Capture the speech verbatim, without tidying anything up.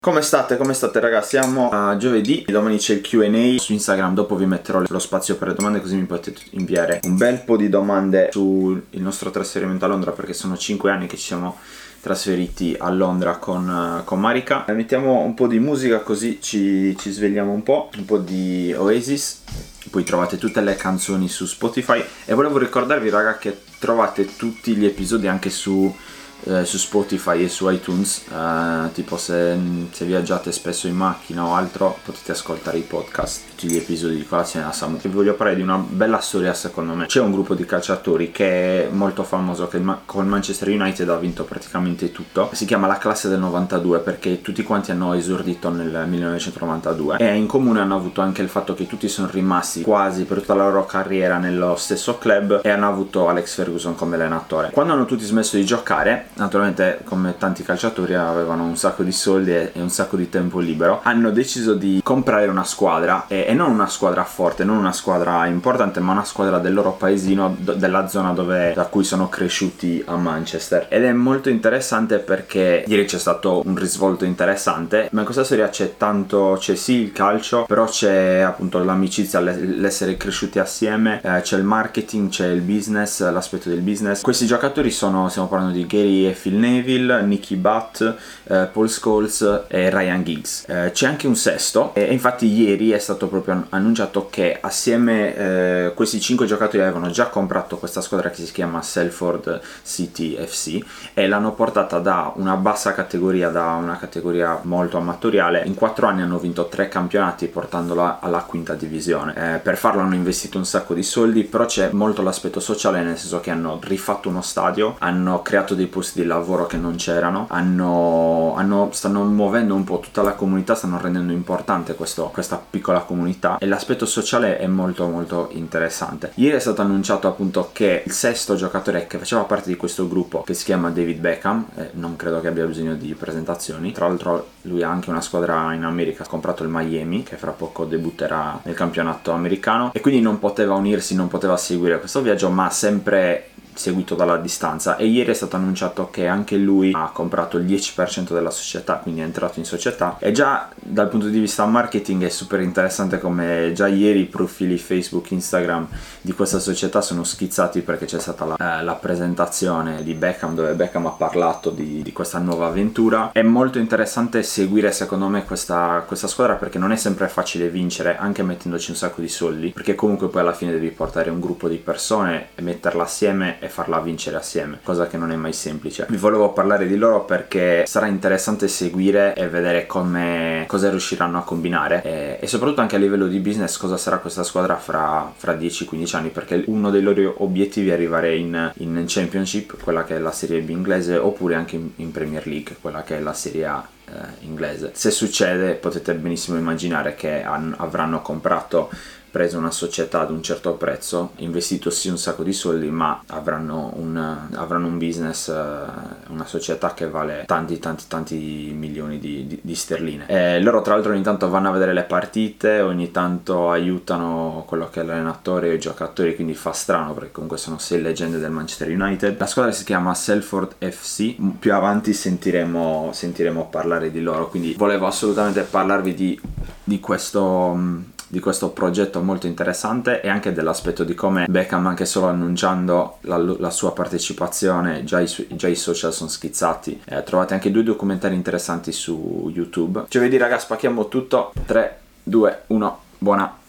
Come state? Come state ragazzi? Siamo a giovedì, domani c'è il Q and A su Instagram, dopo vi metterò lo spazio per le domande così mi potete inviare un bel po' di domande sul nostro trasferimento a Londra, perché sono cinque anni che ci siamo trasferiti a Londra con, con Marika. Mettiamo un po' di musica così ci, ci svegliamo un po', un po' di Oasis, poi trovate tutte le canzoni su Spotify e volevo ricordarvi raga che trovate tutti gli episodi anche su Eh, su Spotify e su iTunes, eh, tipo se, se viaggiate spesso in macchina o altro potete ascoltare i podcast, tutti gli episodi di Colazione a Samu. Vi voglio parlare di una bella storia secondo me. C'è un gruppo di calciatori che è molto famoso, che il, con il Manchester United ha vinto praticamente tutto, si chiama la classe del novantadue perché tutti quanti hanno esordito nel millenovecentonovantadue e in comune hanno avuto anche il fatto che tutti sono rimasti quasi per tutta la loro carriera nello stesso club e hanno avuto Alex Ferguson come allenatore. Quando hanno tutti smesso di giocare, naturalmente come tanti calciatori avevano un sacco di soldi e un sacco di tempo libero, hanno deciso di comprare una squadra e, e non una squadra forte, non una squadra importante, ma una squadra del loro paesino, do, della zona dove, da cui sono cresciuti a Manchester. Ed è molto interessante perché ieri c'è stato un risvolto interessante, ma in questa storia c'è tanto, c'è sì il calcio, però c'è appunto l'amicizia, l'essere cresciuti assieme, eh, c'è il marketing, c'è il business, l'aspetto del business. Questi giocatori sono, stiamo parlando di Gary e Phil Neville, Nicky Butt, eh, Paul Scholes e Ryan Giggs. Eh, c'è anche un sesto e infatti ieri è stato proprio annunciato che assieme eh, questi cinque giocatori avevano già comprato questa squadra che si chiama Salford City F C e l'hanno portata da una bassa categoria, da una categoria molto amatoriale. In quattro anni hanno vinto tre campionati portandola alla quinta divisione. Eh, per farlo hanno investito un sacco di soldi, però c'è molto l'aspetto sociale, nel senso che hanno rifatto uno stadio, hanno creato dei posti di lavoro che non c'erano, hanno, hanno, stanno muovendo un po' tutta la comunità, stanno rendendo importante questo, questa piccola comunità e l'aspetto sociale è molto molto interessante. Ieri è stato annunciato appunto che il sesto giocatore che faceva parte di questo gruppo, che si chiama David Beckham, eh, non credo che abbia bisogno di presentazioni, tra l'altro lui ha anche una squadra in America, ha comprato il Miami che fra poco debutterà nel campionato americano e quindi non poteva unirsi, non poteva seguire questo viaggio, ma sempre seguito dalla distanza, e ieri è stato annunciato che anche lui ha comprato il dieci per cento della società, quindi è entrato in società. E già dal punto di vista marketing è super interessante come già ieri i profili Facebook, Instagram di questa società sono schizzati perché c'è stata la, eh, la presentazione di Beckham dove Beckham ha parlato di, di questa nuova avventura. È molto interessante seguire secondo me questa, questa squadra perché non è sempre facile vincere anche mettendoci un sacco di soldi, perché comunque poi alla fine devi portare un gruppo di persone e metterla assieme e farla vincere assieme, cosa che non è mai semplice. Vi volevo parlare di loro perché sarà interessante seguire e vedere come cosa riusciranno a combinare e, e soprattutto anche a livello di business cosa sarà questa squadra fra, fra dieci quindici anni, perché uno dei loro obiettivi è arrivare in, in Championship, quella che è la Serie B inglese, oppure anche in, in Premier League, quella che è la Serie A eh, inglese. Se succede potete benissimo immaginare che han, avranno comprato preso una società ad un certo prezzo, investito sì un sacco di soldi, ma avranno un, avranno un business, una società che vale tanti tanti tanti milioni di, di, di sterline. E loro tra l'altro ogni tanto vanno a vedere le partite, ogni tanto aiutano quello che è l'allenatore e i giocatori, quindi fa strano perché comunque sono sei leggende del Manchester United. La squadra si chiama Salford F C, più avanti sentiremo, sentiremo parlare di loro, quindi volevo assolutamente parlarvi di, di questo di questo progetto molto interessante e anche dell'aspetto di come Beckham, anche solo annunciando la, la sua partecipazione, già i, già i social sono schizzati. Eh, trovate anche due documentari interessanti su YouTube. Giovedì ragazzi, spacchiamo tutto. Tre, due, uno, buona